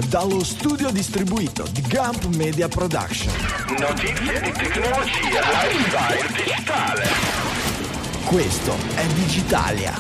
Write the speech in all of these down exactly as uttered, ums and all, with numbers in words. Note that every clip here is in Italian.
dallo studio distribuito di Gump Media Production. Notizie di tecnologia, lifestyle digitale. Questo è Digitalia.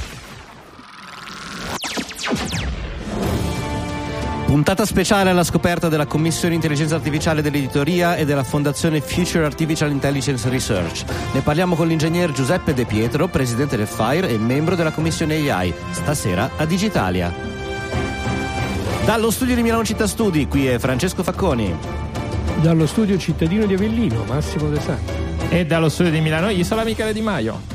Puntata speciale alla scoperta della Commissione Intelligenza Artificiale dell'Editoria e della Fondazione Future Artificial Intelligence Research. Ne parliamo con l'ingegner Giuseppe De Pietro, presidente del FAIR e membro della Commissione A I, stasera a Digitalia. Dallo studio di Milano Città Studi, qui è Francesco Facconi. Dallo studio cittadino di Avellino, Massimo De Santi. E dallo studio di Milano Isola, Michele Di Maio.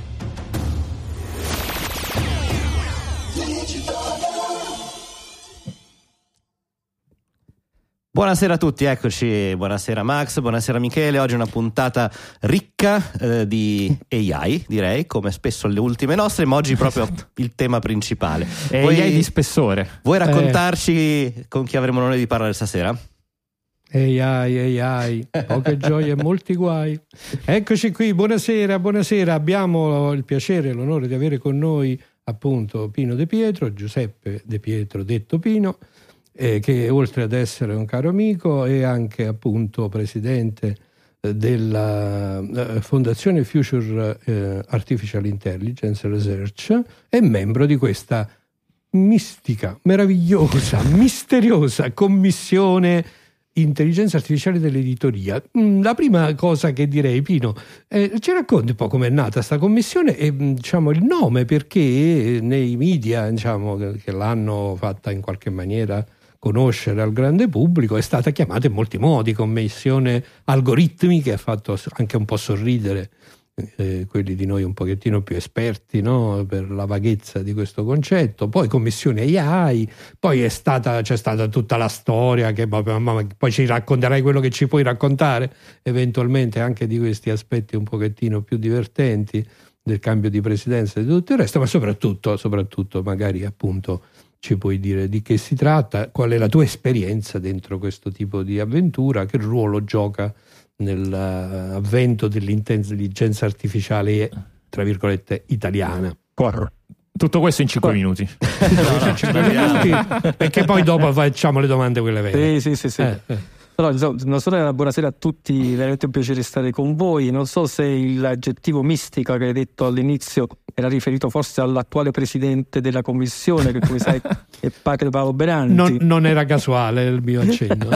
Buonasera a tutti, eccoci, buonasera Max, buonasera Michele. Oggi è una puntata ricca eh, di A I, direi, come spesso le ultime nostre, ma oggi proprio il tema principale. E vuoi, A I di spessore. Vuoi raccontarci eh. con chi avremo l'onore di parlare stasera? A I, A I, poche gioie e molti guai. Eccoci qui, buonasera, buonasera. Abbiamo il piacere e l'onore di avere con noi appunto Pino De Pietro, Giuseppe De Pietro detto Pino, Eh, che oltre ad essere un caro amico è anche appunto presidente eh, della eh, Fondazione Future eh, Artificial Intelligence Research e membro di questa mistica, meravigliosa, misteriosa commissione intelligenza artificiale dell'editoria. La prima cosa che direi, Pino, eh, ci racconti un po' com'è nata sta commissione e diciamo il nome, perché nei media diciamo che l'hanno fatta in qualche maniera conoscere al grande pubblico è stata chiamata in molti modi commissione algoritmi, che ha fatto anche un po' sorridere eh, quelli di noi un pochettino più esperti, no? Per la vaghezza di questo concetto. Poi commissione A I, poi è stata, c'è stata tutta la storia che mamma, poi ci racconterai quello che ci puoi raccontare eventualmente anche di questi aspetti un pochettino più divertenti del cambio di presidenza e di tutto il resto, ma soprattutto, soprattutto magari appunto ci puoi dire di che si tratta, qual è la tua esperienza dentro questo tipo di avventura, che ruolo gioca nell'avvento dell'intelligenza artificiale tra virgolette italiana. Corro. Tutto questo in cinque minuti. No, no, cinque minuti perché poi dopo facciamo le domande quelle vere. Sì, sì, sì, sì. Eh, eh. Però, non solo una buonasera a tutti, veramente un piacere stare con voi. Non so se l'aggettivo mistica che hai detto all'inizio era riferito forse all'attuale presidente della commissione, che come sai è Paolo Benanti. Non, non era casuale il mio accenno.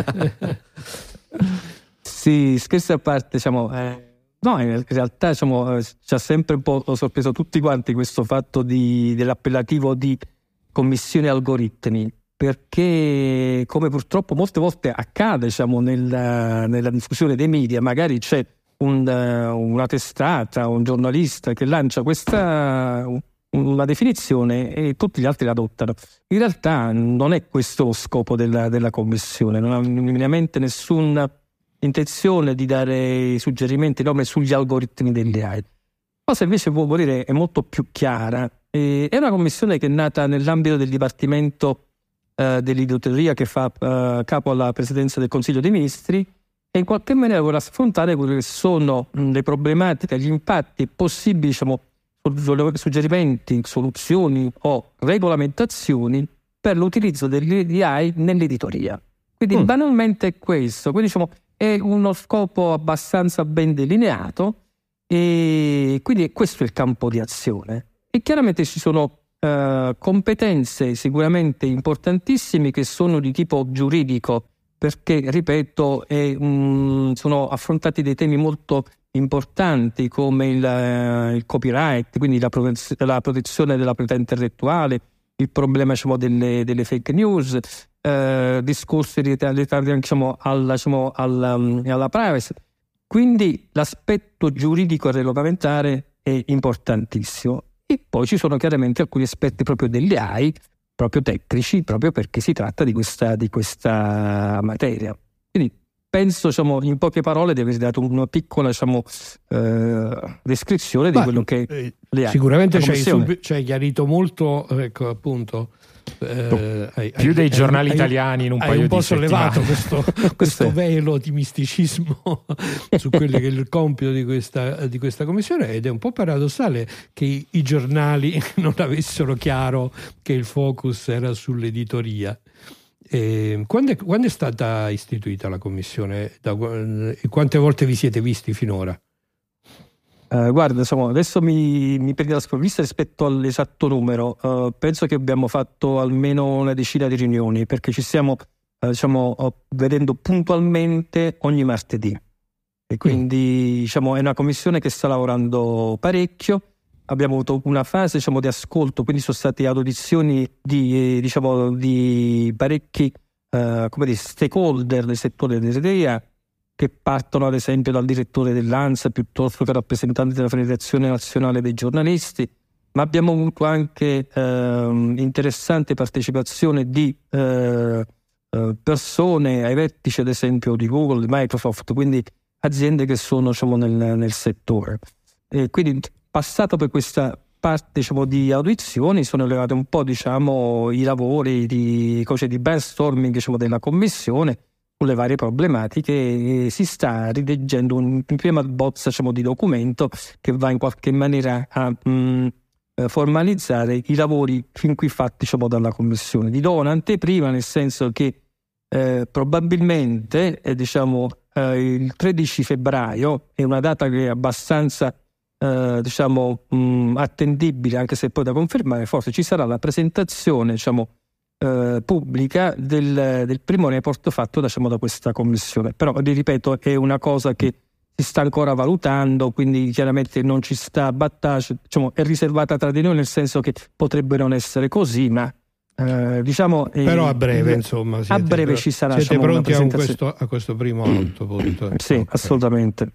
Sì, scherzi a parte, diciamo, eh, no, in realtà diciamo, eh, ci ha sempre un po' sorpreso tutti quanti questo fatto di, dell'appellativo di commissione algoritmi, perché come purtroppo molte volte accade diciamo, nella, nella diffusione dei media, magari c'è un, una testata, un giornalista che lancia questa una definizione e tutti gli altri la adottano. In realtà non è questo lo scopo della, della commissione, non ha minimamente nessuna intenzione di dare suggerimenti norme sugli algoritmi delle A I. Cosa invece può volere è molto più chiara. E è una commissione che è nata nell'ambito del Dipartimento eh, dell'Editoria che fa eh, capo alla Presidenza del Consiglio dei Ministri e in qualche maniera vuole affrontare quelle che sono mh, le problematiche, gli impatti possibili, diciamo, suggerimenti, soluzioni o regolamentazioni per l'utilizzo delle A I nell'editoria. Quindi mm. banalmente è questo. Quindi diciamo è uno scopo abbastanza ben delineato e quindi questo è il campo di azione. E chiaramente ci sono uh, competenze sicuramente importantissime che sono di tipo giuridico, perché, ripeto, è, um, sono affrontati dei temi molto importanti come il, uh, il copyright, quindi la, prote- la protezione della proprietà intellettuale, il problema diciamo, delle, delle fake news, uh, discorsi relativi diciamo, alla, diciamo, alla, um, alla privacy. Quindi l'aspetto giuridico e regolamentare è importantissimo. E poi ci sono chiaramente alcuni aspetti proprio delle A I, proprio tecnici, proprio perché si tratta di questa, di questa materia. Quindi penso, diciamo, in poche parole, di aver dato una piccola diciamo, eh, descrizione di Beh, quello che eh, le A I. Sicuramente ci hai, ci hai chiarito molto, ecco appunto. Eh, hai, più hai, dei giornali hai, italiani in un hai paio un po' di sollevato settimane. questo, questo velo di misticismo su quello che è il compito di questa, di questa commissione, ed è un po' paradossale che i, i giornali non avessero chiaro che il focus era sull'editoria. E quando, è, quando è stata istituita la commissione? Da, e quante volte vi siete visti finora? Uh, guarda, insomma, adesso mi, mi prendi la sprovvista rispetto all'esatto numero. Uh, penso che abbiamo fatto almeno una decina di riunioni, perché ci stiamo uh, diciamo, uh, vedendo puntualmente ogni martedì. E quindi mm. diciamo, è una commissione che sta lavorando parecchio. Abbiamo avuto una fase diciamo, di ascolto, quindi sono state audizioni di, diciamo, di parecchi uh, come dire, stakeholder del settore dell'editoria, che partono ad esempio dal direttore dell'ANSA piuttosto che rappresentanti della Federazione Nazionale dei Giornalisti, ma abbiamo avuto anche eh, interessante partecipazione di eh, eh, persone ai vertici ad esempio di Google, di Microsoft, quindi aziende che sono diciamo, nel, nel settore. E quindi passato per questa parte diciamo, di audizioni sono elevati un po' diciamo, i lavori di, cose di brainstorming diciamo, della commissione le varie problematiche e si sta rileggendo un prima bozza diciamo, di documento che va in qualche maniera a mh, formalizzare i lavori fin qui fatti diciamo, dalla Commissione. Vi do un'anteprima nel senso che eh, probabilmente eh, diciamo, eh, il tredici febbraio è una data che è abbastanza eh, diciamo, mh, attendibile anche se poi da confermare, forse ci sarà la presentazione diciamo, Eh, pubblica del, del primo report fatto diciamo, da questa commissione, però vi ripeto è una cosa che si sta ancora valutando, quindi chiaramente non ci sta a battage, diciamo, è riservata tra di noi nel senso che potrebbe non essere così, ma eh, diciamo eh, però a breve eh, insomma siete, a breve ci sarà siete diciamo, pronti una a questo, a questo primo atto punto. Sì, okay. Assolutamente.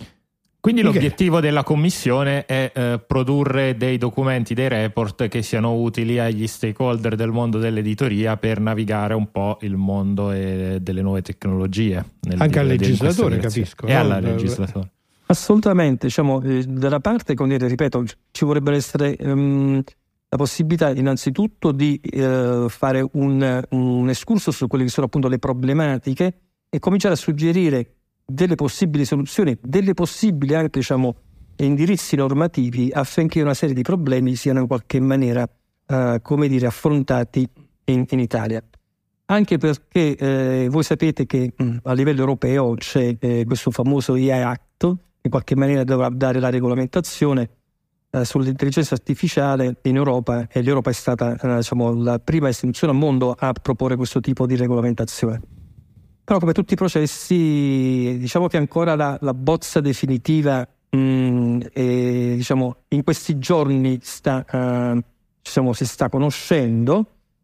Quindi l'obiettivo della commissione è eh, produrre dei documenti, dei report che siano utili agli stakeholder del mondo dell'editoria per navigare un po' il mondo e delle nuove tecnologie. Anche al legislatore, capisco. E no? al legislatore. Assolutamente, diciamo, eh, dalla parte, come dire, ripeto, ci vorrebbe essere um, la possibilità innanzitutto di eh, fare un, un escurso su quelle che sono appunto le problematiche e cominciare a suggerire delle possibili soluzioni, delle possibili anche diciamo, indirizzi normativi affinché una serie di problemi siano in qualche maniera uh, come dire, affrontati in, in Italia. Anche perché eh, voi sapete che mh, a livello europeo c'è eh, questo famoso A I Act, che in qualche maniera dovrà dare la regolamentazione eh, sull'intelligenza artificiale in Europa, e l'Europa è stata eh, diciamo, la prima istituzione al mondo a proporre questo tipo di regolamentazione. Però come tutti i processi, diciamo che ancora la, la bozza definitiva mh, e, diciamo, in questi giorni sta, uh, diciamo, si sta conoscendo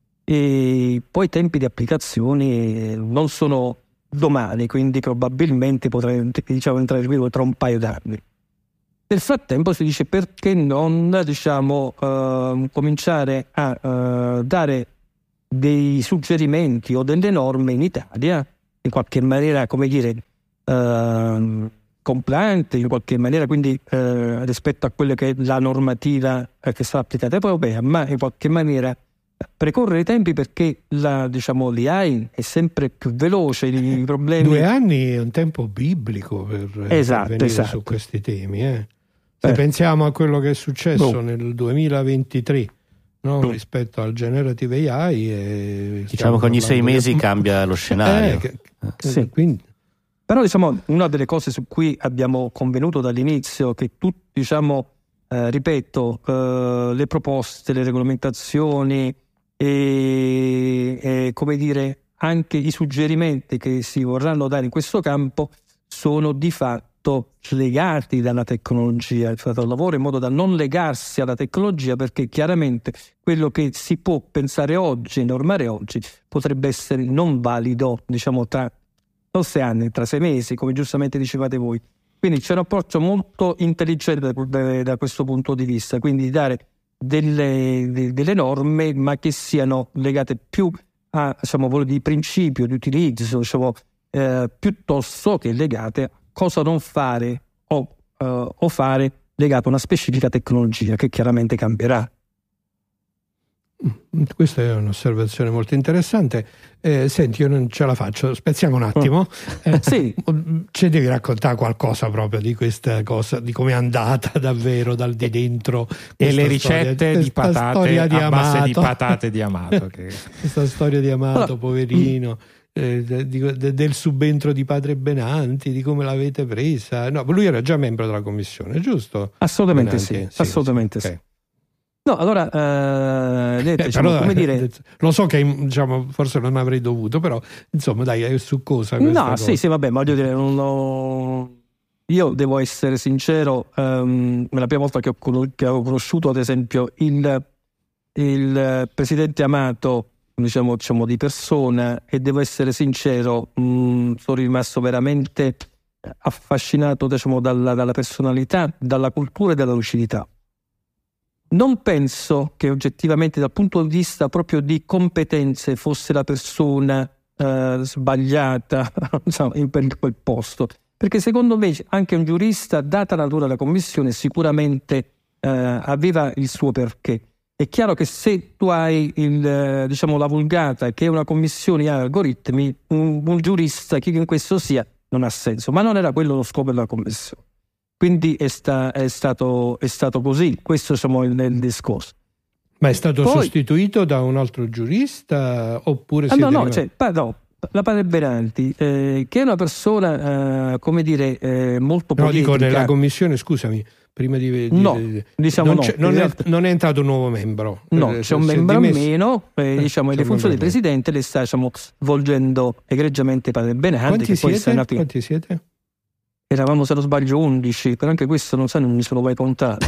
e poi i tempi di applicazione non sono domani, quindi probabilmente potrei diciamo, entrare in vigore tra un paio d'anni. Nel frattempo si dice perché non diciamo, uh, cominciare a uh, dare dei suggerimenti o delle norme in Italia in qualche maniera, come dire, uh, compliant, in qualche maniera, quindi uh, rispetto a quello che è la normativa uh, che sarà applicata europea, ma in qualche maniera precorrere i tempi perché la, diciamo, l'A I è sempre più veloce, i problemi... Due anni è un tempo biblico per esatto, venire esatto. su questi temi. Eh. Se eh. pensiamo a quello che è successo no. nel duemilaventitré, no? No. rispetto al generative A I e diciamo che ogni sei mesi di... cambia lo scenario. Eh, che, che, sì. quindi... Però diciamo una delle cose su cui abbiamo convenuto dall'inizio che tutti diciamo eh, ripeto eh, le proposte, le regolamentazioni e, e come dire anche i suggerimenti che si vorranno dare in questo campo sono di fatto legati dalla tecnologia, il fatto lavoro in modo da non legarsi alla tecnologia, perché chiaramente quello che si può pensare oggi e normare oggi potrebbe essere non valido diciamo tra sei anni, tra sei mesi, come giustamente dicevate voi. Quindi c'è un approccio molto intelligente da, da, da questo punto di vista, quindi dare delle, de, delle norme ma che siano legate più a diciamo, di principio, di utilizzo, diciamo, eh, piuttosto che legate a cosa non fare o, uh, o fare legato a una specifica tecnologia che chiaramente cambierà. Questa è un'osservazione molto interessante. Eh, senti, io non ce la faccio, spezziamo un attimo. Eh, sì. Ci devi raccontare qualcosa proprio di questa cosa, di come è andata davvero dal di dentro. E le ricette storia, di patate di a base Amato. di patate di Amato. Che... questa storia di Amato, allora, poverino. Eh, di, de, del subentro di Padre Benanti, di come l'avete presa. No, lui era già membro della commissione, giusto? Assolutamente Benanti? sì, assolutamente sì. Okay. No, allora, eh, detto, eh, diciamo, però, come dire... Lo so che diciamo, forse non avrei dovuto, però insomma dai, su cosa questa No, cosa? sì, sì, vabbè, voglio dire, non lo... io devo essere sincero, um, la prima volta che ho, con- che ho conosciuto ad esempio il, il presidente Amato, diciamo, diciamo di persona, e devo essere sincero, mh, sono rimasto veramente affascinato, diciamo, dalla, dalla personalità, dalla cultura e dalla lucidità. Non penso che oggettivamente dal punto di vista proprio di competenze fosse la persona eh, sbagliata insomma, in per quel posto, perché secondo me anche un giurista, data la natura della commissione, sicuramente eh, aveva il suo perché. È chiaro che se tu hai il, diciamo, la vulgata, che è una commissione a algoritmi, un, un giurista, chi che in questo sia, non ha senso, ma non era quello lo scopo della commissione. Quindi è, sta, è, stato, è stato così, questo siamo nel discorso. Ma è stato Poi, sostituito da un altro giurista oppure ah, siete no, no, rimasti... cioè, pa, no, la Padre Benanti, eh, che è una persona, eh, come dire, eh, molto No, politica. dico nella commissione, scusami, prima di... di no, di, diciamo non, no, c'è, non, è, realtà... non è entrato un nuovo membro. No, eh, c'è un si è membro dimesso. meno, eh, Eh, diciamo, e le funzioni di presidente le sta, diciamo, svolgendo egregiamente Padre Benanti. Quanti che siete? Poi nati... Quanti siete? Eravamo, se non sbaglio, undici, però anche questo non so, non mi sono mai contato.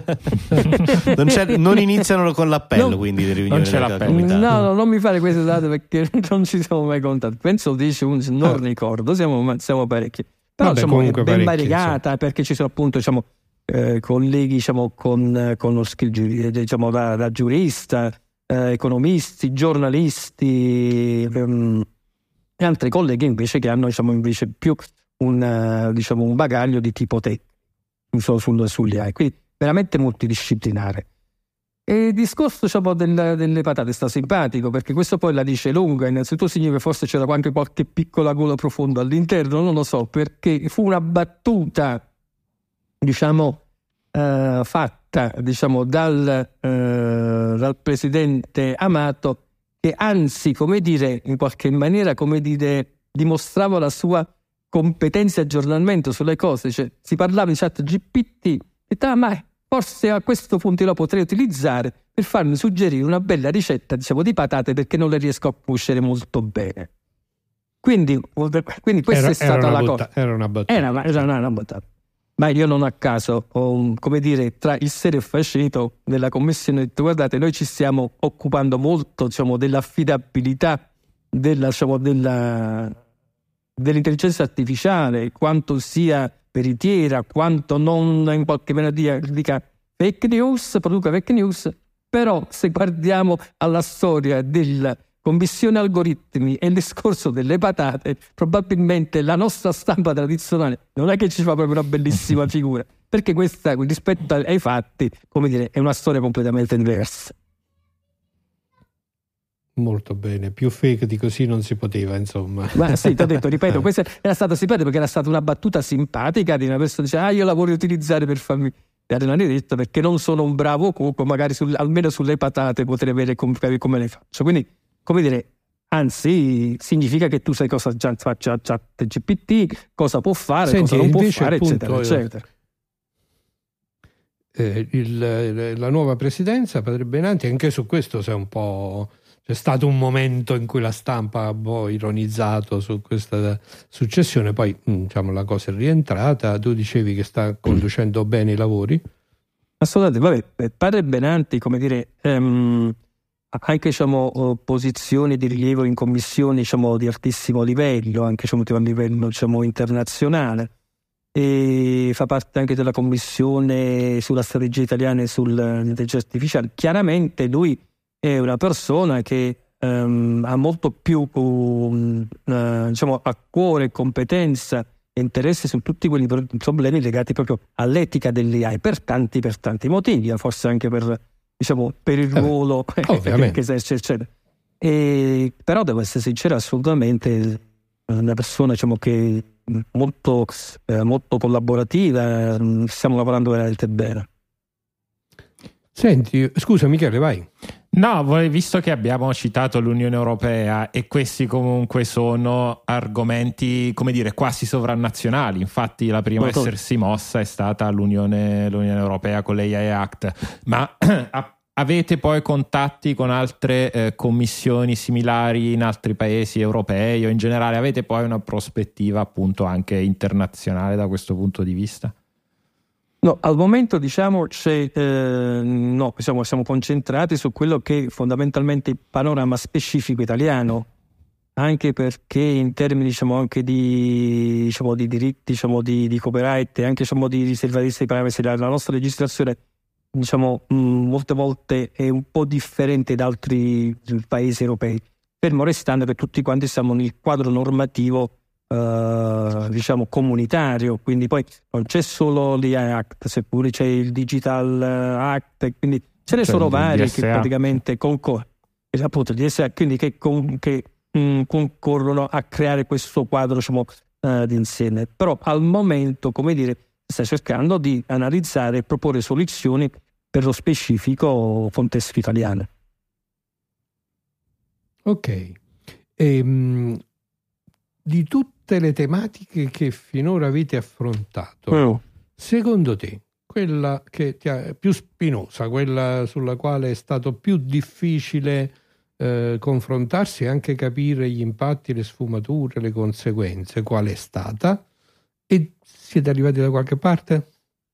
non, c'è, non iniziano con l'appello, No, quindi le riunioni non c'è della l'appello. comunità. No, no, non mi fare queste date perché non ci siamo mai contati. Penso dieci, undici, non Ah. ricordo, siamo, siamo parecchi. Però Vabbè, insomma, è comunque ben parecchi, variegata perché ci sono appunto, diciamo, eh, colleghi, diciamo, con, con lo skill, giuri- diciamo, da, da giurista, eh, economisti, giornalisti ehm, e altri colleghi invece che hanno, diciamo, invece più un, diciamo, un bagaglio di tipo tecnico sul, sugli A I, quindi veramente multidisciplinare. E il discorso, diciamo, del, delle patate sta simpatico perché questo poi la dice lunga. Innanzitutto significa che forse c'era anche qualche piccola gola profonda all'interno, non lo so, perché fu una battuta, diciamo, eh, fatta, diciamo, dal, eh, dal presidente Amato, che anzi, come dire, in qualche maniera, come dire, dimostrava la sua competenza e aggiornamento sulle cose. Cioè, si parlava di chat G P T e ah, ma forse a questo punto lo potrei utilizzare per farmi suggerire una bella ricetta, diciamo, di patate perché non le riesco a cuocere molto bene. Quindi, quindi questa era, è stata era la butta, cosa. Era una battuta. Era una, era una battuta. Ma io non a caso ho, come dire, tra il serio e il fascito della commissione, ho detto, guardate, noi ci stiamo occupando molto, diciamo, dell'affidabilità della, diciamo, della dell'intelligenza artificiale, quanto sia veritiera, quanto non in qualche maniera dica fake news, produca fake news. Però se guardiamo alla storia della commissione algoritmi e il discorso delle patate, probabilmente la nostra stampa tradizionale non è che ci fa proprio una bellissima figura, perché questa, rispetto ai fatti, come dire, è una storia completamente diversa. Molto bene, più fake di così non si poteva, insomma. Ma sì, ti ho detto, ripeto, questa era stata simpatica perché era stata una battuta simpatica di una persona che dice, ah, io la voglio utilizzare per farmi dare una ricetta perché non sono un bravo cuoco, magari sul, almeno sulle patate potrei avere come, come le faccio. Quindi, come dire, anzi, significa che tu sai cosa già faccia chat G P T, cosa può fare, Senti, cosa non può invece, fare, appunto, eccetera, eccetera. Eh, il, la nuova presidenza, Padre Benanti, anche su questo sei un po'... C'è stato un momento in cui la stampa ha un po' ironizzato su questa successione, poi diciamo, la cosa è rientrata. Tu dicevi che sta conducendo bene i lavori? Assolutamente, vabbè, Padre Benanti, come dire, ehm, ha anche, diciamo, posizioni di rilievo in commissioni, diciamo, di altissimo livello, anche, diciamo, a livello, diciamo, internazionale, e fa parte anche della commissione sulla strategia italiana e sull'intelligenza artificiale. Chiaramente lui è una persona che um, ha molto più um, uh, diciamo, a cuore, competenza e interesse su tutti quei problemi legati proprio all'etica dell'A I per tanti, per tanti motivi, forse anche per diciamo, per il ruolo eh, che esercita, eccetera. E, però devo essere sincero, assolutamente una persona, diciamo, che molto, eh, molto collaborativa, stiamo lavorando veramente bene. Senti, scusa Michele, vai. No, visto che abbiamo citato l'Unione Europea e questi comunque sono argomenti, come dire, quasi sovranazionali, infatti la prima a essersi mossa è stata l'Unione, l'Unione Europea con l'A I Act, ma avete poi contatti con altre eh, commissioni similari in altri paesi europei o in generale avete poi una prospettiva appunto anche internazionale da questo punto di vista? No, al momento diciamo c'è, eh, no, diciamo, siamo concentrati su quello che è fondamentalmente il panorama specifico italiano, anche perché in termini diciamo anche di, diciamo, di diritti, diciamo, di, di copyright e anche diciamo, di riservatezza di privacy, la nostra legislazione diciamo mh, molte volte è un po' differente da altri paesi europei, fermo restando che tutti quanti siamo nel quadro normativo Uh, diciamo comunitario, quindi poi non c'è solo l'A I Act, seppure c'è il Digital Act, quindi ce ne cioè, sono vari D S A. che praticamente concorrono, appunto il D S A, quindi che, con, che mh, concorrono a creare questo quadro diciamo uh, d'insieme. Però al momento, come dire, sta cercando di analizzare e proporre soluzioni per lo specifico contesto italiano. Ok. Ehm, di tutte le tematiche che finora avete affrontato, oh. secondo te quella che ti ha più spinosa, quella sulla quale è stato più difficile eh, confrontarsi e anche capire gli impatti, le sfumature, le conseguenze, qual è stata? E siete arrivati da qualche parte?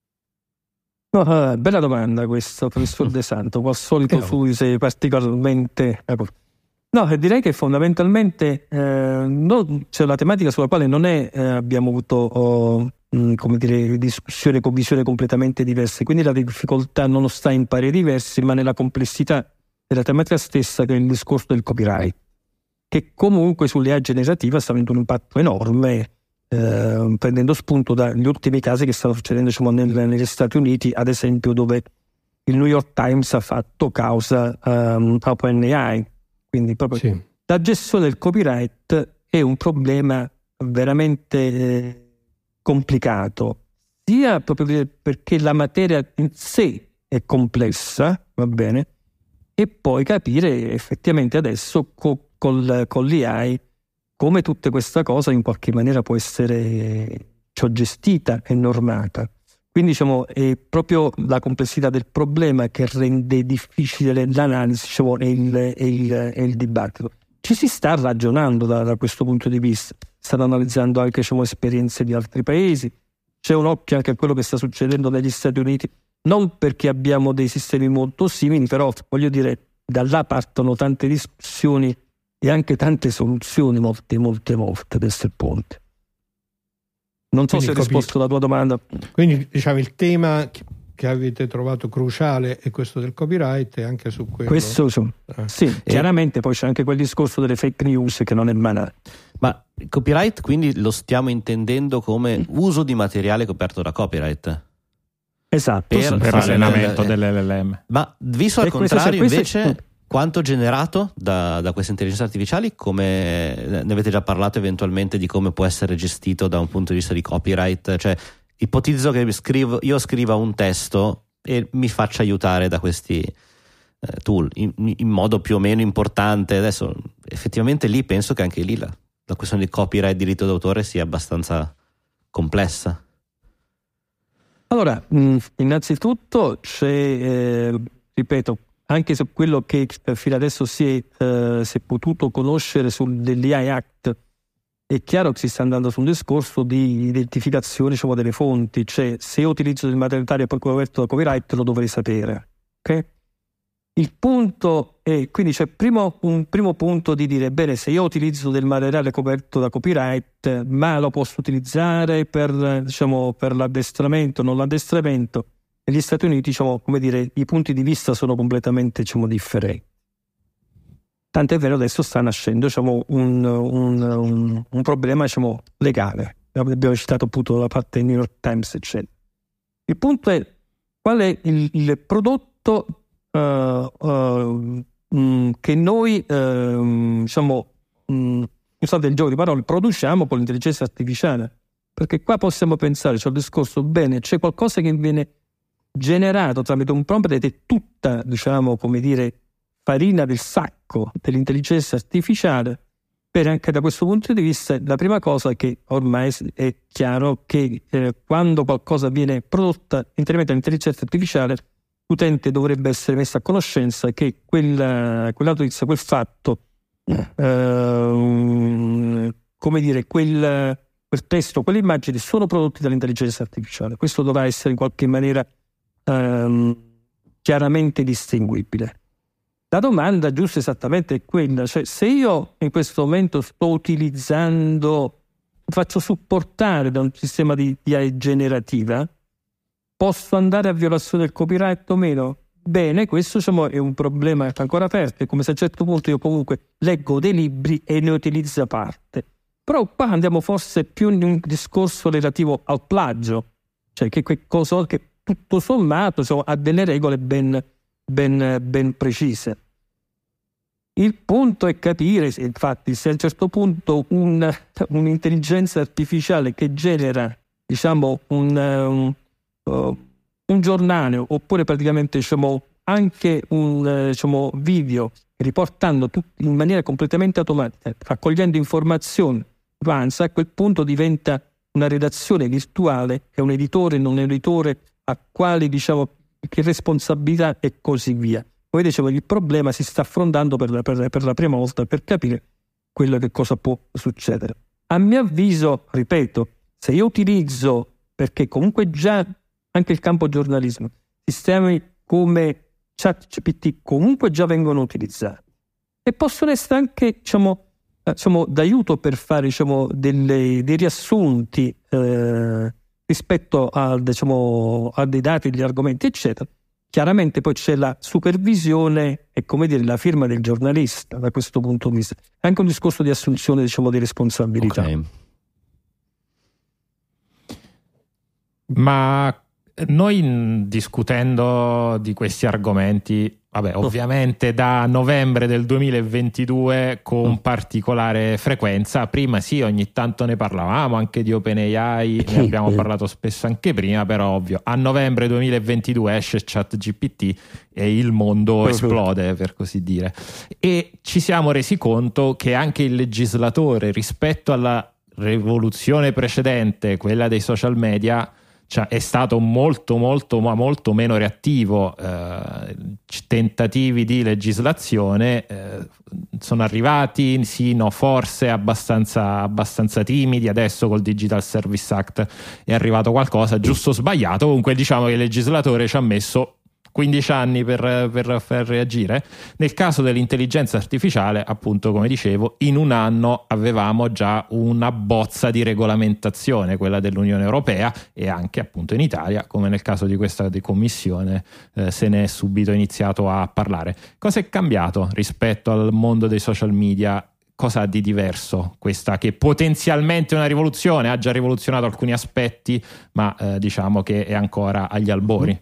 No, uh, bella domanda questa, professor De Santo. Al solito tu eh, sei particolarmente... No, direi che fondamentalmente eh, no, c'è la tematica sulla quale non è, eh, abbiamo avuto oh, mh, come dire, discussione con visioni completamente diverse, quindi la difficoltà non sta in pari diversi, ma nella complessità della tematica stessa, che è il discorso del copyright, che comunque sulle A I generative sta avendo un impatto enorme, eh, prendendo spunto dagli ultimi casi che stanno succedendo diciamo, nel, negli Stati Uniti, ad esempio, dove il New York Times ha fatto causa um, a OpenAI. Quindi proprio sì. La gestione del copyright è un problema veramente eh, complicato, sia proprio perché la materia in sé è complessa, va bene, e poi capire effettivamente adesso co- col, con l'A I come tutta questa cosa in qualche maniera può essere cioè, gestita e normata. Quindi diciamo è proprio la complessità del problema che rende difficile l'analisi diciamo, e, il, e, il, e il dibattito. Ci si sta ragionando da, da questo punto di vista, stanno analizzando anche diciamo, esperienze di altri paesi, c'è un occhio anche a quello che sta succedendo negli Stati Uniti, non perché abbiamo dei sistemi molto simili, però voglio dire, da là partono tante discussioni e anche tante soluzioni molte, molte volte, questo è il ponte. Non so quindi se ho risposto alla tua domanda. Quindi diciamo il tema che avete trovato cruciale è questo del copyright e anche su quello. Questo so. eh. Sì, e... chiaramente poi c'è anche quel discorso delle fake news che non è banale. Ma il copyright quindi lo stiamo intendendo come uso di materiale coperto da copyright? Esatto. Per, per l'allenamento dell'L L M. Ma visto al e contrario questo, invece... questo... Quanto generato da, da queste intelligenze artificiali, come ne avete già parlato eventualmente di come può essere gestito da un punto di vista di copyright? Cioè, ipotizzo che scrivo, io scriva un testo e mi faccia aiutare da questi eh, tool in, in modo più o meno importante. Adesso effettivamente lì penso che anche lì la, la questione di copyright e diritto d'autore sia abbastanza complessa. Allora, mh, innanzitutto c'è, eh, ripeto, anche su quello che fino adesso si è, eh, si è potuto conoscere sull'A I Act, è chiaro che si sta andando su un discorso di identificazione diciamo, delle fonti, cioè se io utilizzo del materiale poi coperto da copyright lo dovrei sapere. Okay? Il punto è, quindi c'è primo, un primo punto di dire, bene, se io utilizzo del materiale coperto da copyright, ma lo posso utilizzare per, diciamo, per l'addestramento, non l'addestramento, negli Stati Uniti, diciamo, come dire, i punti di vista sono completamente, diciamo, differenti. Tant'è vero adesso sta nascendo, diciamo, un, un, un, un problema, diciamo, legale. Abbiamo citato appunto la parte del New York Times, eccetera. Il punto è qual è il, il prodotto uh, uh, mh, che noi uh, diciamo mh, usate il gioco di parole, produciamo con l'intelligenza artificiale, perché qua possiamo pensare, c'è il discorso, bene, c'è qualcosa che viene generato tramite un prompt ed è tutta, diciamo, come dire, farina del sacco dell'intelligenza artificiale. Per anche da questo punto di vista, la prima cosa è che ormai è chiaro che eh, quando qualcosa viene prodotta interamente dall'intelligenza artificiale, l'utente dovrebbe essere messo a conoscenza che quel, quell'autorizza, quel fatto, eh, come dire, quel, quel testo, quelle immagini sono prodotti dall'intelligenza artificiale. Questo dovrà essere in qualche maniera eh, chiaramente distinguibile. La domanda giusta esattamente è quella, cioè se io in questo momento sto utilizzando, faccio supportare da un sistema di, di A I generativa, posso andare a violazione del copyright o meno? Bene, questo diciamo, è un problema ancora aperto, è come se a un certo punto io comunque leggo dei libri e ne utilizzo parte. Però qua andiamo forse più in un discorso relativo al plagio, cioè che qualcosa che tutto sommato diciamo, ha delle regole ben... Ben, ben precise. Il punto è capire, infatti, se a un certo punto un, un'intelligenza artificiale che genera, diciamo, un, un, uh, un giornale oppure praticamente, diciamo, anche un uh, diciamo, video riportando tutto in maniera completamente automatica, raccogliendo informazioni, avanza, a quel punto diventa una redazione virtuale, è un editore, non un editore, a quali, diciamo, che responsabilità e così via. Poi dicevo, il problema si sta affrontando per la, per, per la prima volta per capire quello che cosa può succedere. A mio avviso, ripeto, se io utilizzo, perché comunque già anche il campo giornalismo, sistemi come ChatGPT comunque già vengono utilizzati e possono essere anche diciamo, diciamo d'aiuto per fare diciamo, delle, dei riassunti eh, rispetto a, diciamo, a dei dati, degli argomenti, eccetera. Chiaramente poi c'è la supervisione e, come dire, la firma del giornalista da questo punto di vista. È anche un discorso di assunzione, diciamo, di responsabilità. Okay. Ma noi discutendo di questi argomenti, vabbè, ovviamente da novembre del duemilaventidue con particolare frequenza. Prima sì, ogni tanto ne parlavamo anche di OpenAI, ne abbiamo parlato spesso anche prima, però ovvio, a novembre duemilaventidue esce ChatGPT e il mondo esplode, per così dire. E ci siamo resi conto che anche il legislatore, rispetto alla rivoluzione precedente, quella dei social media, cioè è stato molto molto ma molto meno reattivo. Eh, tentativi di legislazione eh, sono arrivati, sì, no, forse abbastanza, abbastanza timidi. Adesso col Digital Service Act è arrivato qualcosa, giusto o sbagliato, comunque diciamo che il legislatore ci ha messo quindici anni per, per, per reagire. Nel caso dell'intelligenza artificiale, appunto, come dicevo, in un anno avevamo già una bozza di regolamentazione, quella dell'Unione Europea, e anche appunto in Italia, come nel caso di questa di commissione, eh, se ne è subito iniziato a parlare. Cosa è cambiato rispetto al mondo dei social media? Cosa ha di diverso questa, che potenzialmente è una rivoluzione, ha già rivoluzionato alcuni aspetti, ma eh, diciamo che è ancora agli albori?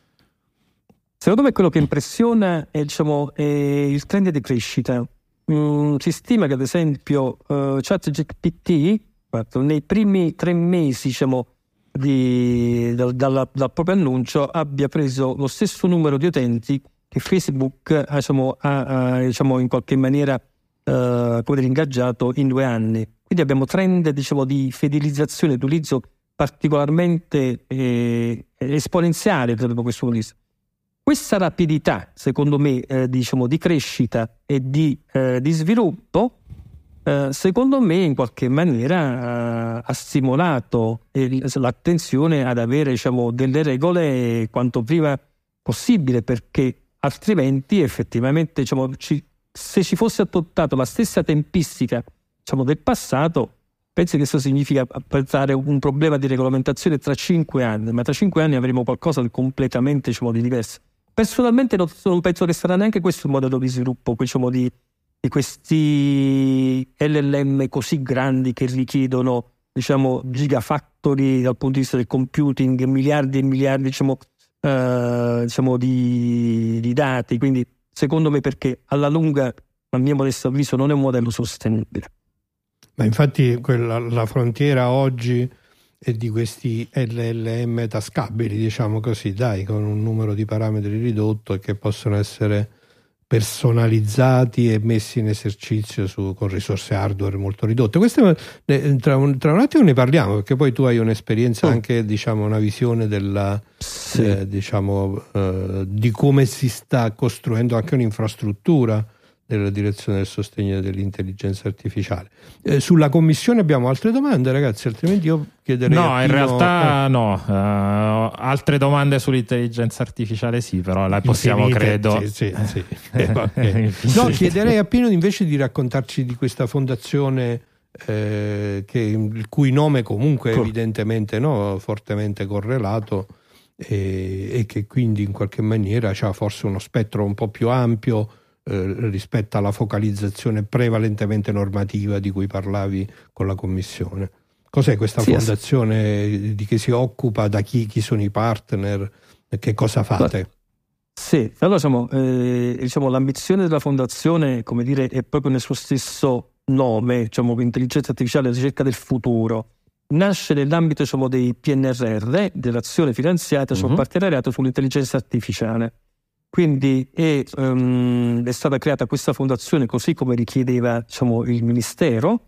Secondo me quello che impressiona è, diciamo, è il trend di crescita. Mm, si stima che ad esempio uh, ChatGPT nei primi tre mesi diciamo, di, dal, dalla, dal proprio annuncio abbia preso lo stesso numero di utenti che Facebook diciamo, ha, ha diciamo, in qualche maniera uh, come ingaggiato in due anni. Quindi abbiamo trend diciamo, di fidelizzazione, di utilizzo particolarmente eh, esponenziale da questo punto di vista. Questa rapidità, secondo me, eh, diciamo, di crescita e di, eh, di sviluppo, eh, secondo me, in qualche maniera eh, ha stimolato il, l'attenzione ad avere, diciamo, delle regole quanto prima possibile, perché altrimenti, effettivamente, diciamo, ci, se ci fosse adottata la stessa tempistica, diciamo, del passato, penso che questo significa pensare un problema di regolamentazione tra cinque anni, ma tra cinque anni avremo qualcosa di completamente, diciamo, di diverso. Personalmente non, non penso che sarà neanche questo il modello di sviluppo, diciamo, di, di questi L L M così grandi che richiedono, diciamo, gigafactory dal punto di vista del computing, miliardi e miliardi, diciamo, eh, diciamo di, di dati, quindi secondo me perché alla lunga, a mio modesto avviso, non è un modello sostenibile. Ma infatti quella, la frontiera oggi è di questi L L M tascabili, diciamo così, dai, con un numero di parametri ridotto e che possono essere personalizzati e messi in esercizio su, con risorse hardware molto ridotte. Queste, tra, un, tra un attimo ne parliamo, perché poi tu hai un'esperienza, oh. anche diciamo una visione della sì. eh, diciamo eh, di come si sta costruendo anche un'infrastruttura nella direzione del sostegno dell'intelligenza artificiale. Eh, sulla commissione abbiamo altre domande, ragazzi, altrimenti io chiederei no, a in Pino... realtà eh. no uh, altre domande sull'intelligenza artificiale sì, però la possiamo Infinite, credo sì, sì, sì. eh, okay. No, chiederei a Pino invece di raccontarci di questa fondazione eh, che, il cui nome comunque è evidentemente no, fortemente correlato e, e che quindi in qualche maniera ha forse uno spettro un po' più ampio Eh, rispetto alla focalizzazione prevalentemente normativa di cui parlavi con la Commissione. Cos'è questa sì, fondazione? Sì. Di che si occupa? Da chi? Chi sono i partner? Che cosa fate? Sì, allora diciamo, eh, diciamo l'ambizione della fondazione, come dire, è proprio nel suo stesso nome, diciamo intelligenza artificiale e ricerca del futuro. Nasce nell'ambito diciamo, dei P N R R, dell'azione finanziata sul uh-huh. partenariato sull'intelligenza artificiale. Quindi è, um, è stata creata questa fondazione così come richiedeva diciamo, il Ministero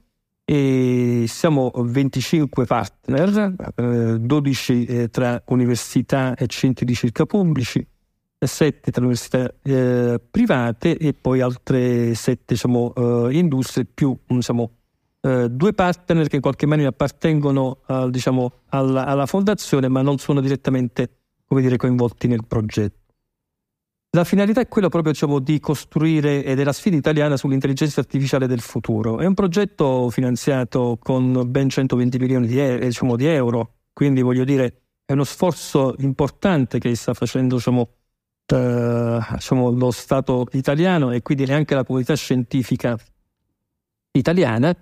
e siamo venticinque partner, eh, dodici eh, tra università e centri di ricerca pubblici, sette tra università eh, private e poi altre sette diciamo, eh, industrie più diciamo, eh, due partner che in qualche maniera appartengono al, diciamo, alla, alla fondazione ma non sono direttamente come dire, coinvolti nel progetto. La finalità è quella proprio diciamo, di costruire ed è la sfida italiana sull'intelligenza artificiale del futuro. È un progetto finanziato con ben centoventi milioni di, e- diciamo, di euro, quindi voglio dire è uno sforzo importante che sta facendo diciamo, eh, diciamo, lo Stato italiano e quindi anche la comunità scientifica italiana.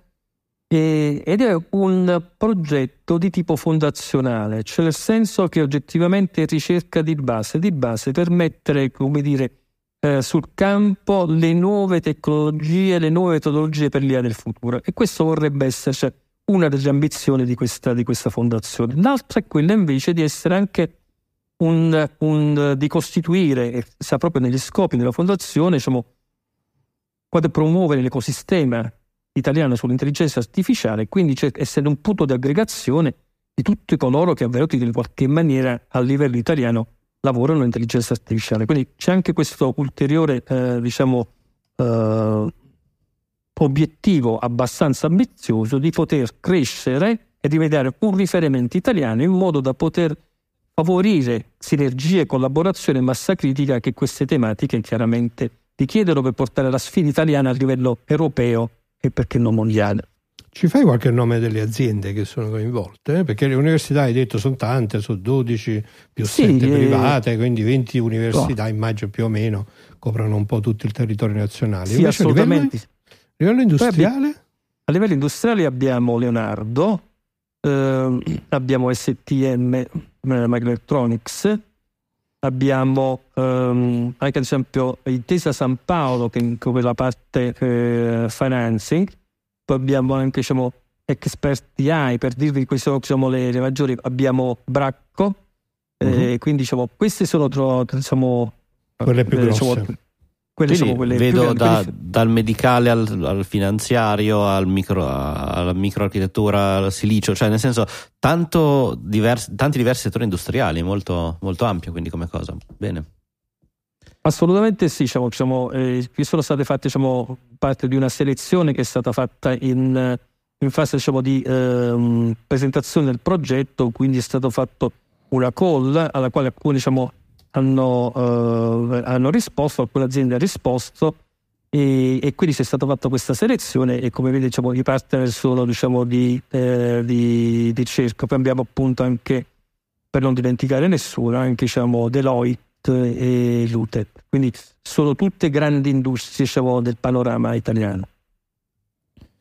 Ed è un progetto di tipo fondazionale, cioè nel senso che oggettivamente è ricerca di base, di base per mettere, come dire, eh, sul campo le nuove tecnologie, le nuove metodologie per l'I A del futuro. E questo vorrebbe essere cioè, una delle ambizioni di questa, di questa fondazione. L'altra è quella invece di essere anche un, un di costituire, e sta proprio negli scopi della fondazione, diciamo, quando promuovere l'ecosistema italiana sull'intelligenza artificiale, quindi c'è essere un punto di aggregazione di tutti coloro che avvenuti in qualche maniera a livello italiano lavorano nell'intelligenza artificiale. Quindi c'è anche questo ulteriore eh, diciamo eh, obiettivo abbastanza ambizioso di poter crescere e di vedere un riferimento italiano in modo da poter favorire sinergie e collaborazione e massa critica che queste tematiche chiaramente richiedono per portare la sfida italiana a livello europeo e perché non mondiale. Ci fai qualche nome delle aziende che sono coinvolte? Perché le università, hai detto, sono tante, sono dodici più sì, sette eh, private, quindi venti università, no. immagino più o meno, coprono un po' tutto il territorio nazionale. Sì, assolutamente. A livello, livello industriale? A livello industriale abbiamo Leonardo, eh, abbiamo S T M Microelectronics, abbiamo um, anche ad esempio Intesa San Paolo che include la parte eh, financing, poi abbiamo anche diciamo, Expert A I, per dirvi queste sono diciamo, le, le maggiori, abbiamo Bracco, uh-huh. eh, quindi diciamo, queste sono diciamo, quelle più eh, grosse. Diciamo, quelle sono quelle vedo più da, quelle... dal medicale al, al finanziario al micro, alla microarchitettura al silicio, cioè nel senso tanto diversi, tanti diversi settori industriali, molto, molto ampio quindi come cosa. Bene. Assolutamente sì, diciamo, diciamo, eh, sono state fatte diciamo, parte di una selezione che è stata fatta in, in fase diciamo, di eh, presentazione del progetto, quindi è stato fatto una call alla quale alcuni diciamo, hanno, uh, hanno risposto, alcune aziende hanno risposto e, e quindi c'è stata fatta questa selezione e come vedete diciamo, i partner sono diciamo, di, eh, di, di ricerca. Poi abbiamo appunto anche, per non dimenticare nessuno, anche diciamo, Deloitte e Lutet, quindi sono tutte grandi industrie diciamo, del panorama italiano.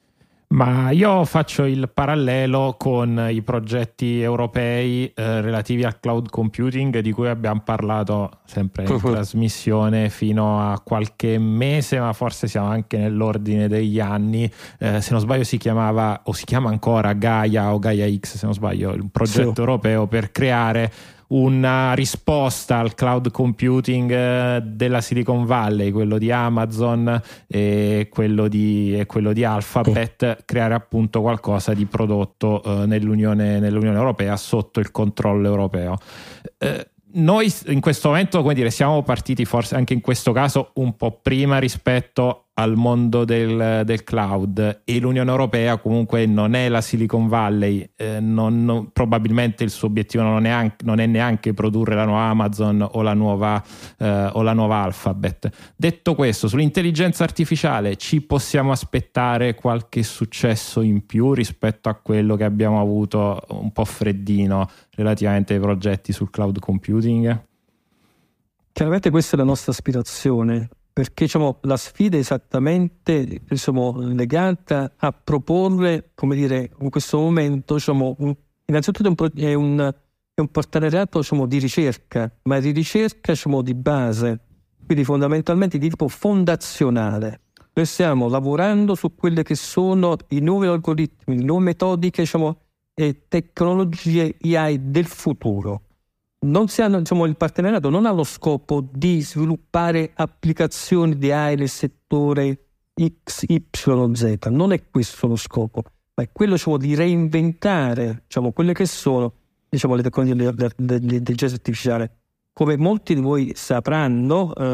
Ma io faccio il parallelo con i progetti europei eh, relativi al cloud computing, di cui abbiamo parlato sempre in trasmissione fino a qualche mese, ma forse siamo anche nell'ordine degli anni. Eh, se non sbaglio si chiamava, o si chiama ancora Gaia o Gaia X, se non sbaglio, un progetto sì. europeo per creare una risposta al cloud computing della Silicon Valley, quello di Amazon e quello di, e quello di Alphabet, creare appunto qualcosa di prodotto eh, nell'Unione, nell'Unione Europea sotto il controllo europeo. Eh, noi in questo momento, come dire, siamo partiti forse anche in questo caso un po' prima rispetto al mondo del, del cloud, e l'Unione Europea comunque non è la Silicon Valley, eh, non, non, probabilmente il suo obiettivo non è, anche, non è neanche produrre la nuova Amazon o la nuova, eh, o la nuova Alphabet. Detto questo, sull'intelligenza artificiale ci possiamo aspettare qualche successo in più rispetto a quello che abbiamo avuto un po' freddino relativamente ai progetti sul cloud computing? Chiaramente questa è la nostra aspirazione, perché diciamo, la sfida è esattamente diciamo, legata a proporre, come dire, in questo momento, diciamo, un, innanzitutto è un, è un, è un partenariato diciamo, di ricerca, ma di ricerca diciamo, di base, quindi fondamentalmente di tipo fondazionale. Noi stiamo lavorando su quelle che sono i nuovi algoritmi, le nuove metodiche diciamo, e tecnologie A I del futuro. Non si hanno, diciamo, il partenariato non ha lo scopo di sviluppare applicazioni di A I nel settore X, Y, Z, non è questo lo scopo, ma è quello diciamo, di reinventare diciamo, quelle che sono diciamo, le tecnologie dell'intelligenza artificiale. Come molti di voi sapranno, eh,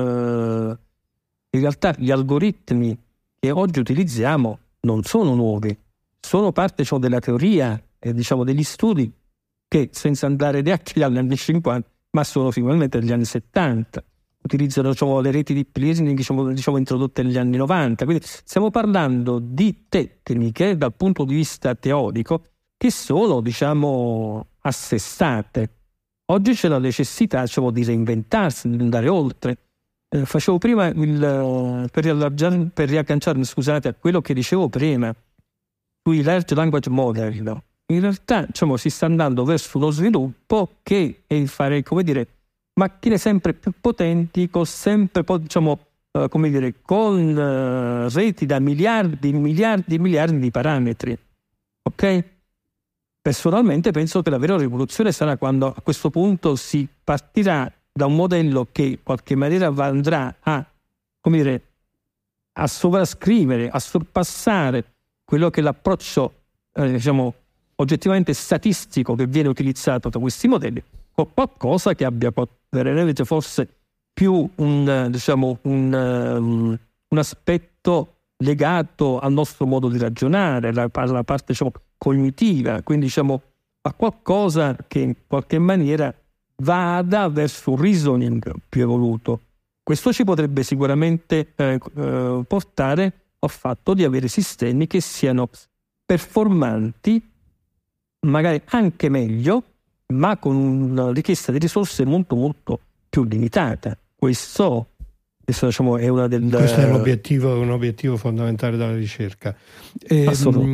in realtà gli algoritmi che oggi utilizziamo non sono nuovi, sono parte diciamo, della teoria e diciamo, degli studi che senza andare neanche agli anni cinquanta, ma sono finalmente negli anni settanta, utilizzano diciamo, le reti deep learning diciamo, diciamo, introdotte negli anni novanta, quindi stiamo parlando di tecniche dal punto di vista teorico che sono diciamo assestate. Oggi c'è la necessità diciamo, di reinventarsi, di andare oltre. Eh, facevo prima il, per, per riagganciarmi scusate a quello che dicevo prima sui large language model, no? In realtà diciamo, si sta andando verso uno sviluppo che è fare, come dire, macchine sempre più potenti, con sempre diciamo, uh, come dire, con uh, reti da miliardi, miliardi, miliardi di parametri. Ok? Personalmente penso che la vera rivoluzione sarà quando a questo punto si partirà da un modello che in qualche maniera andrà a, come dire, a sovrascrivere, a sorpassare quello che è l'approccio, eh, diciamo, oggettivamente statistico che viene utilizzato da questi modelli, o qualcosa che abbia veramente forse più un, diciamo, un, um, un aspetto legato al nostro modo di ragionare, alla, alla parte diciamo, cognitiva, quindi diciamo a qualcosa che in qualche maniera vada verso un reasoning più evoluto. Questo ci potrebbe sicuramente eh, eh, portare al fatto di avere sistemi che siano performanti, magari anche meglio, ma con una richiesta di risorse molto molto più limitata. Questo, questo diciamo, è una del... Questo è l'obiettivo, un obiettivo fondamentale della ricerca. Eh,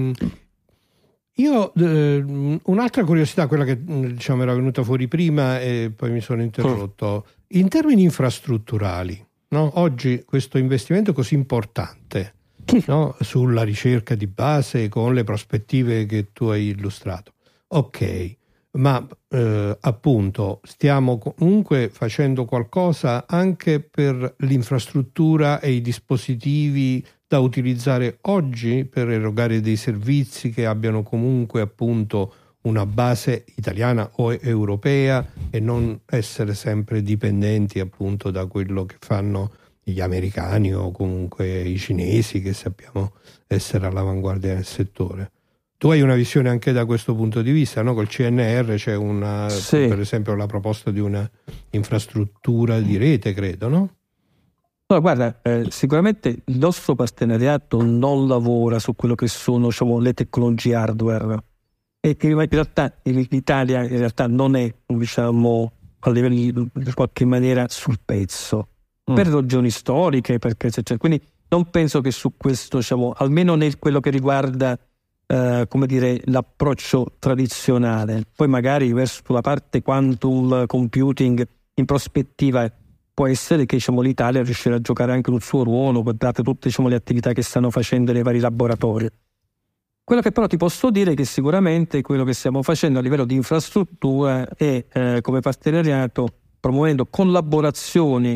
io eh, un'altra curiosità, quella che diciamo era venuta fuori prima e poi mi sono interrotto, in termini infrastrutturali, no? Oggi questo investimento così importante, no? Sulla ricerca di base con le prospettive che tu hai illustrato. Ok, ma eh, appunto stiamo comunque facendo qualcosa anche per l'infrastruttura e i dispositivi da utilizzare oggi per erogare dei servizi che abbiano comunque appunto una base italiana o europea e non essere sempre dipendenti appunto da quello che fanno gli americani o comunque i cinesi, che sappiamo essere all'avanguardia nel settore. Tu hai una visione anche da questo punto di vista, no? Col C N R c'è una, sì. Per esempio la proposta di una infrastruttura di rete, credo, no? No, guarda, eh, sicuramente il nostro partenariato non lavora su quello che sono diciamo, le tecnologie hardware, e che in realtà l'Italia in realtà non è diciamo a livello in qualche maniera sul pezzo mm. per ragioni storiche, perché cioè, quindi non penso che su questo diciamo almeno nel quello che riguarda eh, come dire, l'approccio tradizionale. Poi magari verso la parte quantum computing in prospettiva può essere che, diciamo, l'Italia riuscirà a giocare anche un suo ruolo, date tutte, diciamo, le attività che stanno facendo nei vari laboratori. Quello che però ti posso dire è che sicuramente quello che stiamo facendo a livello di infrastruttura è, eh, come partenariato, promuovendo collaborazioni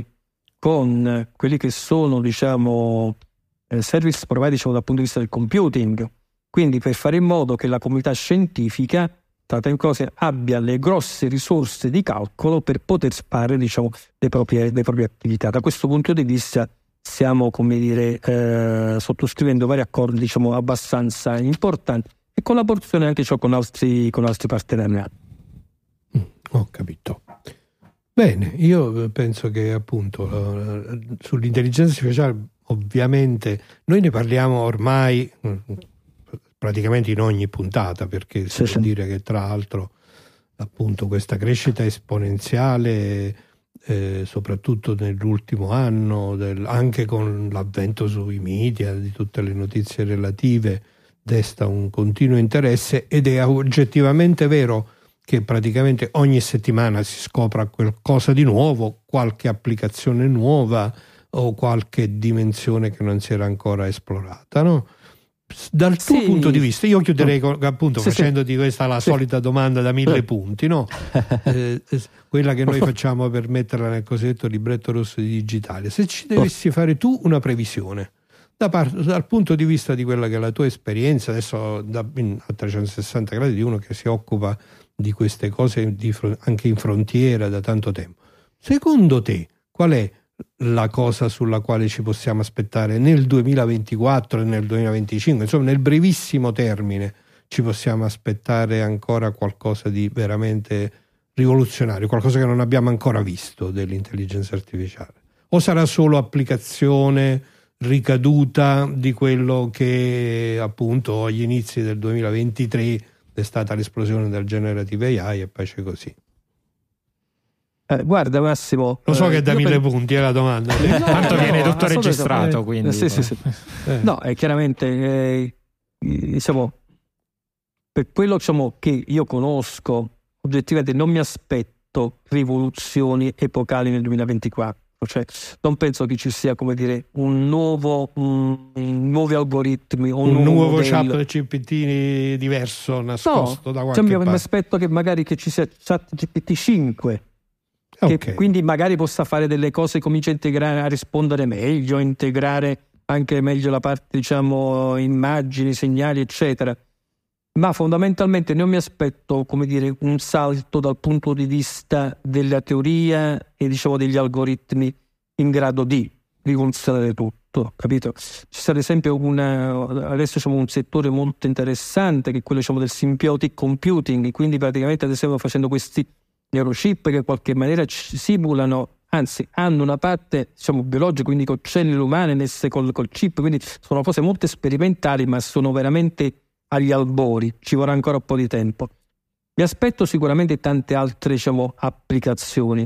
con quelli che sono, diciamo, eh, service provider, diciamo, dal punto di vista del computing, quindi per fare in modo che la comunità scientifica, tra le cose, abbia le grosse risorse di calcolo per poter fare, diciamo, le proprie, le proprie attività. Da questo punto di vista stiamo, come dire, eh, sottoscrivendo vari accordi, diciamo, abbastanza importanti, e collaborazione anche, cioè, con altri, con altri partenariati. Mm, ho capito. Bene, io penso che appunto sull'intelligenza artificiale ovviamente noi ne parliamo ormai praticamente in ogni puntata, perché si può dire che tra l'altro appunto questa crescita esponenziale eh, soprattutto nell'ultimo anno, del, anche con l'avvento sui media di tutte le notizie relative, desta un continuo interesse, ed è oggettivamente vero che praticamente ogni settimana si scopre qualcosa di nuovo, qualche applicazione nuova o qualche dimensione che non si era ancora esplorata, no? Dal tuo sì. punto di vista, io chiuderei con, appunto sì, facendoti sì. questa la sì. solita domanda da mille punti, no? eh, quella che noi facciamo per metterla nel cosiddetto libretto rosso di digitale. Se ci dovessi fare tu una previsione da parte, dal punto di vista di quella che è la tua esperienza adesso da, in, a trecentosessanta gradi, di uno che si occupa di queste cose di, anche in frontiera da tanto tempo, secondo te qual è la cosa sulla quale ci possiamo aspettare nel duemilaventiquattro e nel duemilaventicinque, insomma nel brevissimo termine ci possiamo aspettare ancora qualcosa di veramente rivoluzionario, qualcosa che non abbiamo ancora visto dell'intelligenza artificiale, o sarà solo applicazione, ricaduta di quello che appunto agli inizi del duemilaventitré è stata l'esplosione del generative A I e pace così? Eh, guarda Massimo, lo so eh, che da mille per... punti è la domanda. No, tanto no, viene tutto registrato, eh, quindi sì, sì, sì. Eh. No, è chiaramente eh, diciamo, per quello, diciamo, che io conosco, oggettivamente non mi aspetto rivoluzioni epocali nel duemilaventiquattro. Cioè, non penso che ci sia, come dire, un nuovo un, nuovi algoritmi o un, un nuovo, nuovo chat G P T diverso nascosto, no, da qualche cioè, parte. Mi aspetto che magari che ci sia chat G P T cinque, okay, che quindi magari possa fare delle cose, comincia a integrare, a rispondere meglio, a integrare anche meglio la parte, diciamo, immagini, segnali, eccetera. Ma fondamentalmente non mi aspetto, come dire, un salto dal punto di vista della teoria e, diciamo, degli algoritmi in grado di rivoluzionare tutto, capito? C'è ad esempio una, adesso diciamo, un settore molto interessante che è quello, diciamo, del symbiotic computing, quindi praticamente adesso stiamo facendo questi neurochip che in qualche maniera simulano, anzi hanno una parte, diciamo, biologica, quindi con cellule umane messe col, col chip, quindi sono cose molto sperimentali, ma sono veramente agli albori, ci vorrà ancora un po' di tempo. Mi aspetto sicuramente tante altre, diciamo, applicazioni.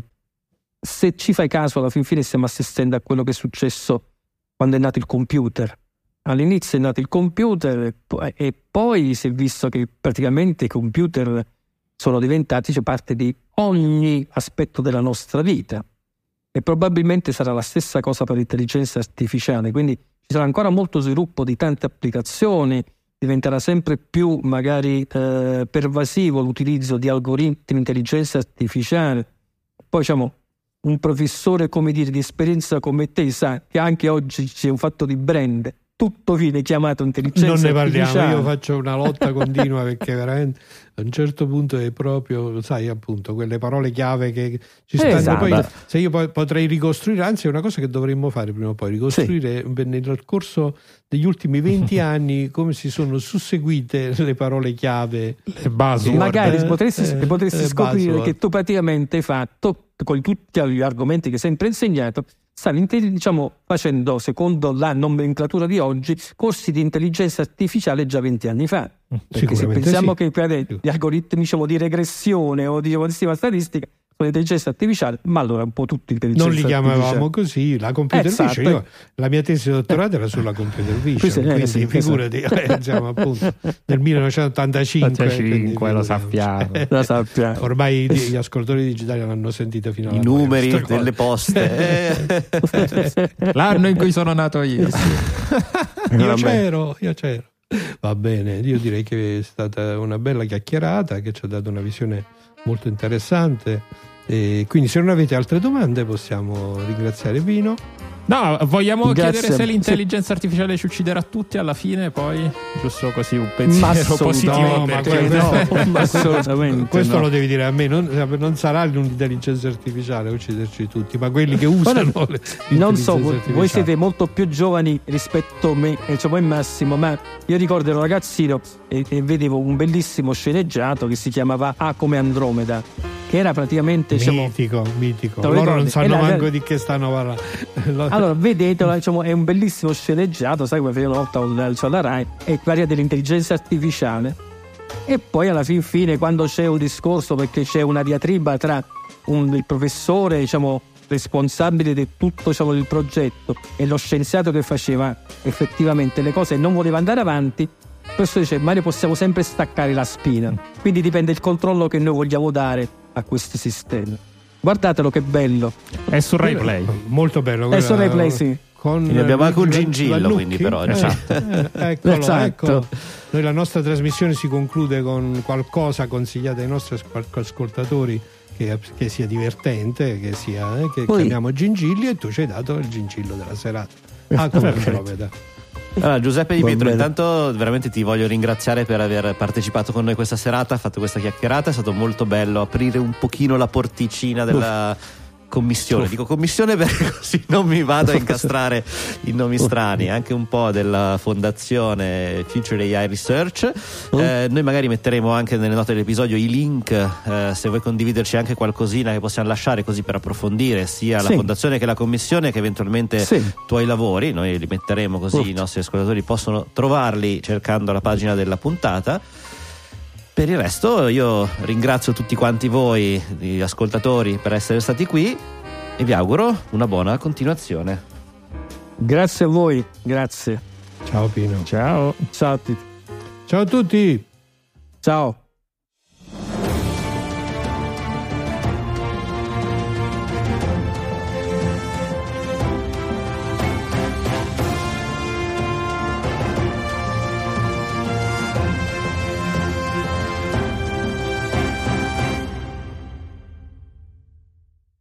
Se ci fai caso, alla fin fine stiamo assistendo a quello che è successo quando è nato il computer. All'inizio è nato il computer e poi, e poi si è visto che praticamente i computer sono diventati, cioè, parte di ogni aspetto della nostra vita, e probabilmente sarà la stessa cosa per l'intelligenza artificiale, quindi ci sarà ancora molto sviluppo di tante applicazioni. Diventerà sempre più magari eh, pervasivo l'utilizzo di algoritmi di intelligenza artificiale. Poi, diciamo, un professore, come dire, di esperienza come te sa che anche oggi c'è un fatto di brand, tutto viene chiamato intelligenza artificiale. Non ne parliamo, artificiale. Io faccio una lotta continua perché veramente a un certo punto è proprio, sai, appunto, quelle parole chiave che ci stanno. Esatto. Poi, se io poi potrei ricostruire, anzi è una cosa che dovremmo fare prima o poi, ricostruire sì. nel corso degli ultimi venti anni come si sono susseguite le parole chiave, le buzzword. Magari eh, potresti, eh, potresti eh, scoprire buzzword. Che tu praticamente hai fatto, con tutti gli argomenti che hai sempre insegnato, stavi, diciamo, facendo, secondo la nomenclatura di oggi, corsi di intelligenza artificiale già venti anni fa. Perché se pensiamo sì. che gli algoritmi, diciamo, di regressione o di, diciamo, di stima statistica l'intelligenza artificiale, ma allora un po' tutti intelligenza non li chiamavamo artificiale. così, la computer Esatto. vision. Io, la mia tesi di dottorato era sulla computer vision, Sì, quindi sì, figurati, eh, siamo appunto nel millenovecentottantacinque, quindi lo figurati. sappiamo. Lo sappiamo. Ormai gli ascoltatori digitali l'hanno sentito fino alla I noia, numeri questa cosa. delle poste. Eh. L'anno in cui sono nato io. Io Vabbè. c'ero, io c'ero. Va bene, io direi che è stata una bella chiacchierata che ci ha dato una visione molto interessante. E quindi se non avete altre domande possiamo ringraziare Pino. No, vogliamo Grazie. chiedere se l'intelligenza artificiale ci ucciderà tutti alla fine, poi giusto così un pensiero assolutamente positivo. no, ma perché- questo- No, ma assolutamente Questo no. lo devi dire a me, non, non sarà l'intelligenza artificiale a ucciderci tutti, ma quelli che usano Guarda, le- non so, l'intelligenza voi, voi artificiale. siete molto più giovani rispetto a me, insomma e Massimo, ma io ricordo ero ragazzino e, e vedevo un bellissimo sceneggiato che si chiamava A come Andromeda, che era praticamente diciamo, mitico, mitico. Te lo Loro ricordi? non sanno E la- manco di che stanno parlando. allora vedetelo, diciamo, è un bellissimo sceneggiato, sai come facevano una volta cioè la Rai, e varia dell'intelligenza artificiale, e poi alla fin fine quando c'è un discorso, perché c'è una diatriba tra un, il professore diciamo responsabile di tutto diciamo, il progetto e lo scienziato che faceva effettivamente le cose e non voleva andare avanti, questo dice ma noi possiamo sempre staccare la spina, quindi dipende il controllo che noi vogliamo dare a questi sistemi. Guardatelo che bello, È su Rai Play. Molto bello. è su quella- Rai Play, sì. Con Ne abbiamo anche un la- gingillo, la quindi, Lucchi. per oggi. Eh, eh, eccolo, Esatto. eccolo. Noi la nostra trasmissione si conclude con qualcosa consigliato ai nostri ascol- ascoltatori che, che sia divertente, che sia eh, che Poi- chiamiamo gingilli, e tu ci hai dato il gingillo della serata. Ah, come Andromeda. Allora, Giuseppe Di Va Pietro, bene. intanto veramente ti voglio ringraziare per aver partecipato con noi questa serata, fatto questa chiacchierata, è stato molto bello aprire un pochino la porticina della commissione. Dico commissione perché così non mi vado a incastrare in nomi strani, anche un po' della fondazione Future A I Research. Eh, noi magari metteremo anche nelle note dell'episodio i link, eh, se vuoi condividerci anche qualcosina che possiamo lasciare così per approfondire sia la Sì. fondazione che la commissione, che eventualmente Sì. tuoi lavori, noi li metteremo così Ufft. i nostri ascoltatori possono trovarli cercando la pagina della puntata. Per il resto io ringrazio tutti quanti voi, gli ascoltatori, per essere stati qui e vi auguro una buona continuazione. Grazie a voi, grazie. Ciao Pino. Ciao. Ciao a tutti. Ciao a tutti. Ciao.